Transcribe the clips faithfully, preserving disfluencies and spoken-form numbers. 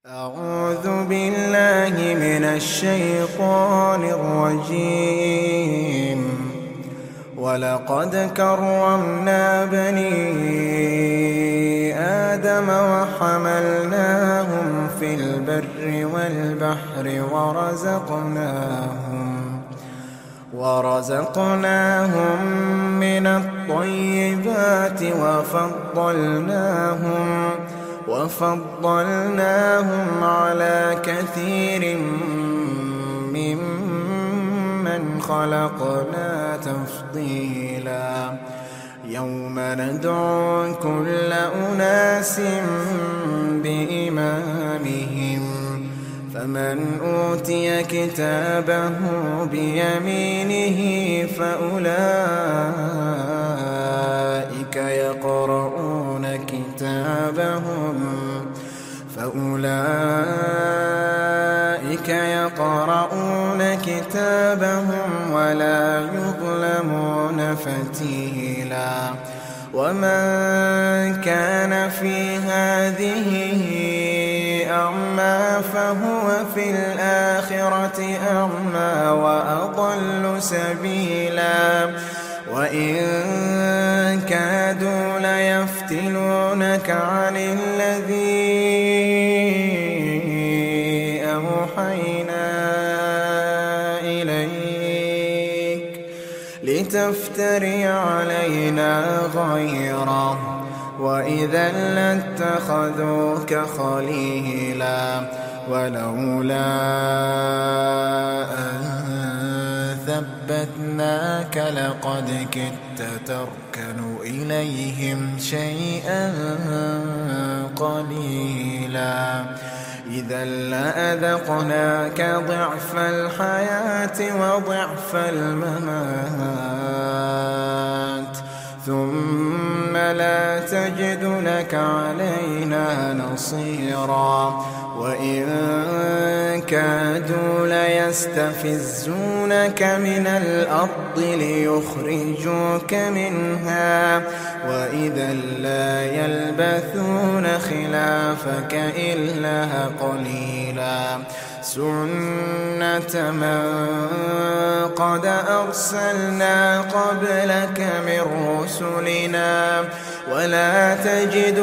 أعوذ بالله من الشيطان الرجيم. ولقد كرمنا بني آدم وحملناهم في البر والبحر ورزقناهم ورزقناهم من الطيبات وفضلناهم وفضلناهم على كثير ممن خلقنا تفضيلا. يوم ندعو كل أناس بإمامهم فمن أوتي كتابه بيمينه فأولئك يقرؤون كتابهم فأولئك يقرؤون كتابهم ولا يظلمون فتيلا. ومن كان في هذه أعمى فهو في الآخرة أعمى وأضل سبيلا. وإن كادوا ليفتنونك عن الذي أوحينا إليك لتفتري علينا غيره وإذا لاتخذوك خليلا. ولولا أن ثبتناك لقد كدت تركن إليهم شيئا قليلا. إذا لأذقناك ضعف الحياة وضعف الممات ثم لا تجد لك علينا نصيرا. وإن كادوا ليستفزونك من الأرض ليخرجوك منها وإذا لا يلبثون خلافك إلا قليلا. سنة من قد أرسلنا قبلك من رسلنا ولا تجد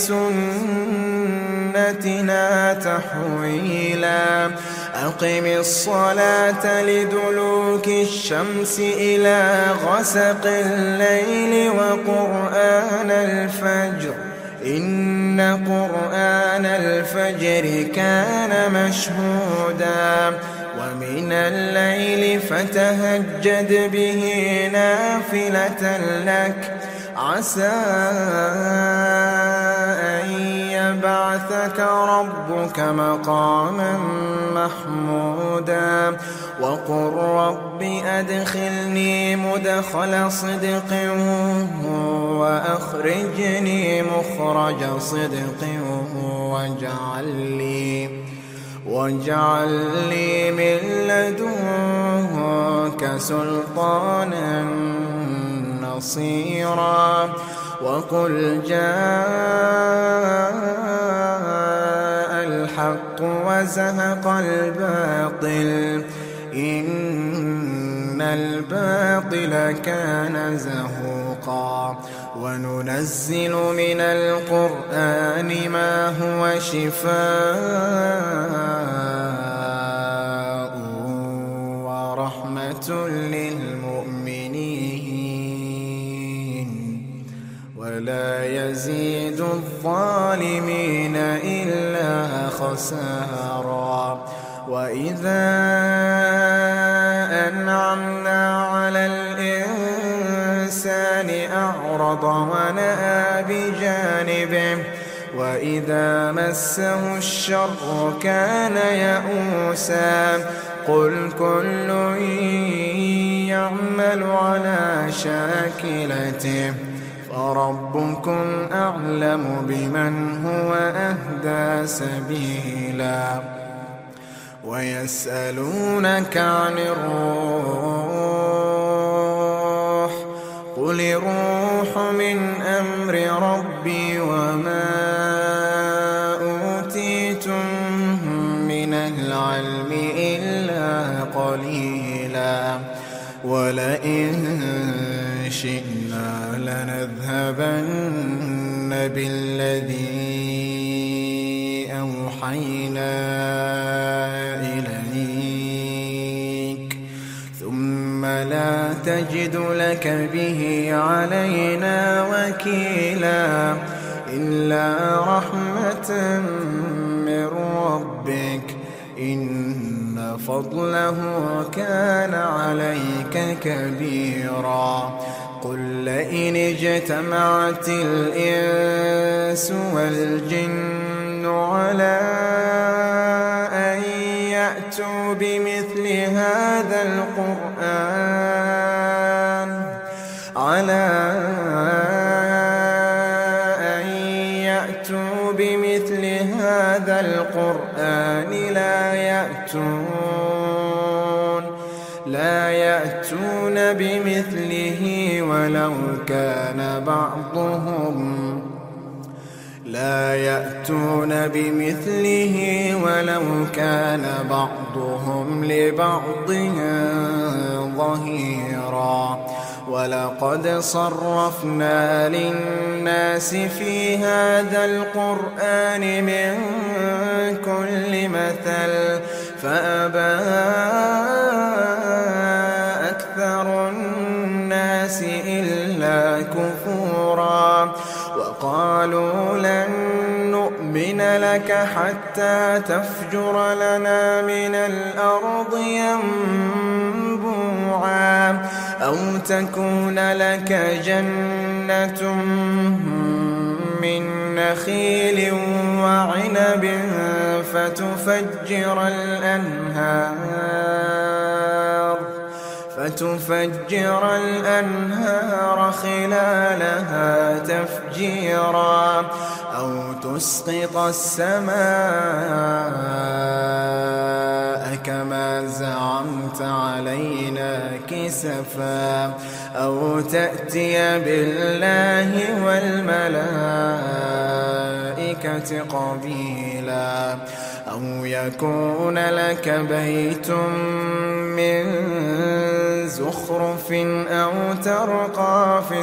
لسنتنا تحويلا. أقم الصلاة لدلوك الشمس إلى غسق الليل وقرآن الفجر إن قرآن الفجر كان مشهودا. ومن الليل فتهجد به نافلة لك عسى أن يبعثك ربك مقاما محمودا. وقل رب أدخلني مدخل صدق وأخرجني مخرج صدق واجعل لي واجعل لي من لدنك سلطانا نصيرا. وقل جاء الحق وزهق الباطل إن الباطل كان زهوقا. وننزل من القرآن ما هو شفاء ورحمة للمؤمنين ولا يزيد الظالمين إلا خسارا. وإذا أنعمنا على الإنسان أعرض ونأى بجانبه وإذا مسه الشر كان يئوسا. قل كل يعمل على شاكلته فربكم أعلم بمن هو أهدى سبيلا. ويسألونك عن الروح قل الروح من أمر ربي وما أوتيتم العلم إلا قليلا ولئن شئنا لنذهبن بالذي أوحينا إليك ثم لا تجد لك به علينا وكيلا إلا رحمة من ربك إن فضله كان عليك كبيرا قل لئن اجتمعت الإنس والجن على أن يأتوا بمثل هذا القرآن على أن يأتوا بمثل هذا القرآن لا يأتون لا يأتون بمثله ولو كان بعضهم لا يأتون بمثله ولو كان بعضهم لبعض ظهيرا ولقد صرفنا للناس في هذا القرآن من كل مثل فأبى أكثر الناس إلا كفورا وقالوا لن نؤمن لك حتى تفجر لنا من الأرض ينبوعا أو تكون لك جنة من نخيل وعنب فتفجر الأنهار فتفجر الأنهار خلالها تفجيرا أو تسقط السماء كما زعمت علينا كسفا أو تأتي بالله والملائكة قبيلا أو يكون لك بيت من زخرف أو ترقى في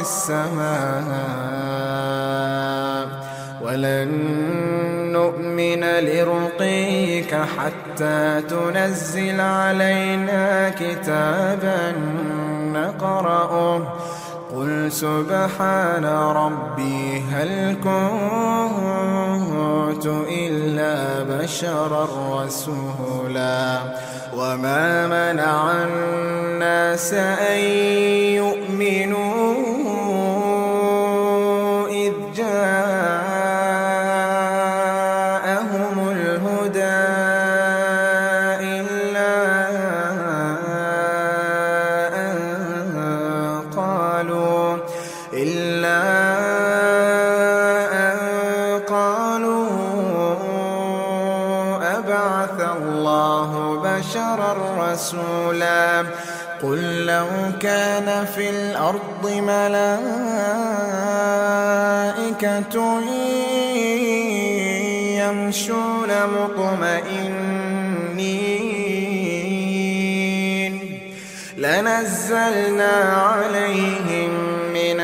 السماء ولن نؤمن لرقيك حتى تنزل علينا كتابا نقرأه قل سبحان ربي هل كنت إلا بشرا رسولا وما منع الناس أن يؤمنوا إذ جاءهم الهدى إلا أن قالوا إلا أن قالوا أبعث الله بشرا رسولا قل لو كان في الأرض ملائكة يمشون مطمئنين لنزلنا عليهم من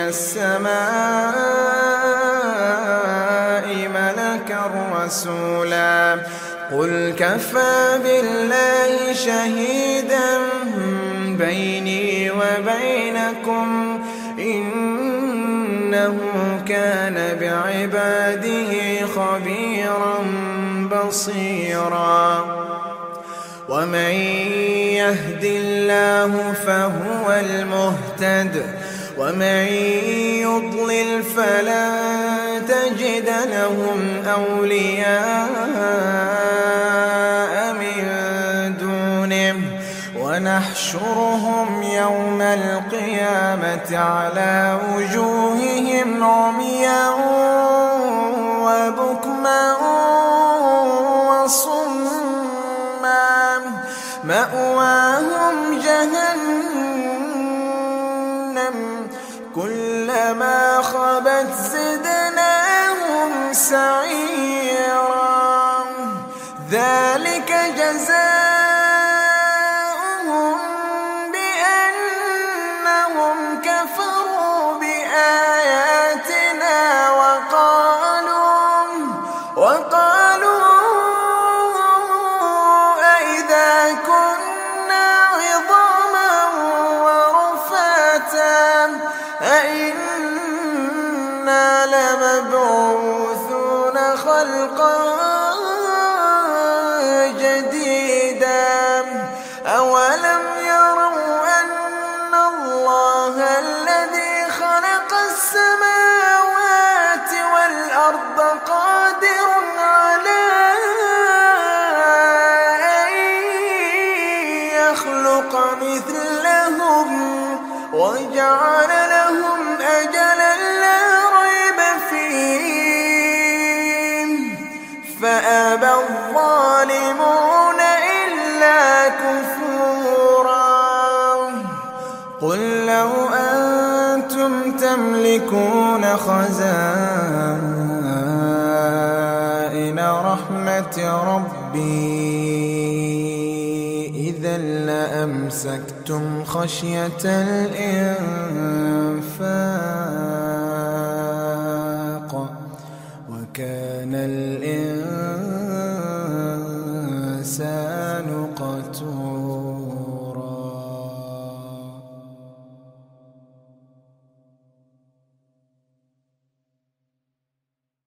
السماء ملكا رسولا قل كفى بالله شهيدا بيني وبينكم إنه كان بعباده خبيرا بصيرا ومن يهد الله فهو المهتد ومن يضلل فلا تجد لهم أولياء من دونه ونحشرهم يوم القيامة على وجوههم عميا وبكما وصما مأواهم جهنم كلما خبت زدناهم سعيرا ذلك جزاؤهم بأنهم كفروا بآياتنا وقالوا وقالوا أئذا كنا عظاما ورفاتا أئنا لمبعوثون خلقا جديدا أولم يروا أن الله الذي خلق السماوات والأرض قادر على أن يخلق مثلهم وجعل لهم أجلا لا ريب فيه فأبى الظالمون إلا كفورا قل لو أنتم تملكون خزائن رحمة ربي إذا لأمسكتم خشية الإنفاق وكان الإنسان قتورا.